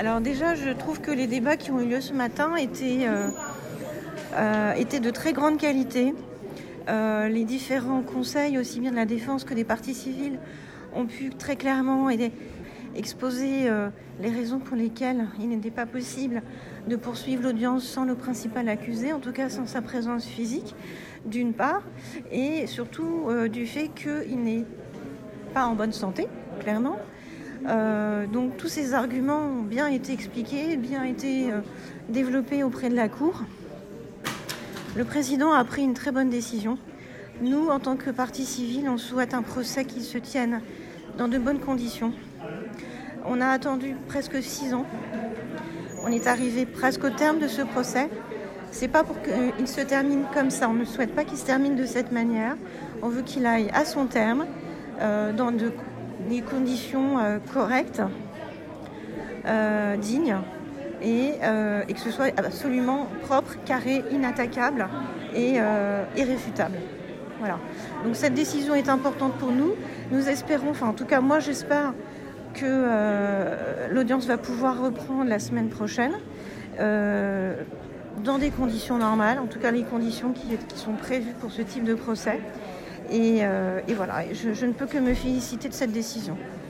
Alors déjà, je trouve que les débats qui ont eu lieu ce matin étaient de très grande qualité. Les différents conseils, aussi bien de la défense que des parties civiles, ont pu très clairement exposer les raisons pour lesquelles il n'était pas possible de poursuivre l'audience sans le principal accusé, en tout cas sans sa présence physique, d'une part, et surtout du fait qu'il n'est pas en bonne santé, clairement. Donc tous ces arguments ont bien été expliqués, bien été développés auprès de la Cour. Le président a pris une très bonne décision. Nous, en tant que partie civile, on souhaite un procès qui se tienne dans de bonnes conditions. On a attendu presque 6 ans. On est arrivé presque au terme de ce procès. C'est pas pour qu'il se termine comme ça. On ne souhaite pas qu'il se termine de cette manière. On veut qu'il aille à son terme dans des conditions correctes, dignes, et que ce soit absolument propre, carré, inattaquable et irréfutable. Voilà. Donc cette décision est importante pour nous. Nous espérons, enfin en tout cas moi j'espère que l'audience va pouvoir reprendre la semaine prochaine dans des conditions normales, en tout cas les conditions qui sont prévues pour ce type de procès. Et voilà, je ne peux que me féliciter de cette décision.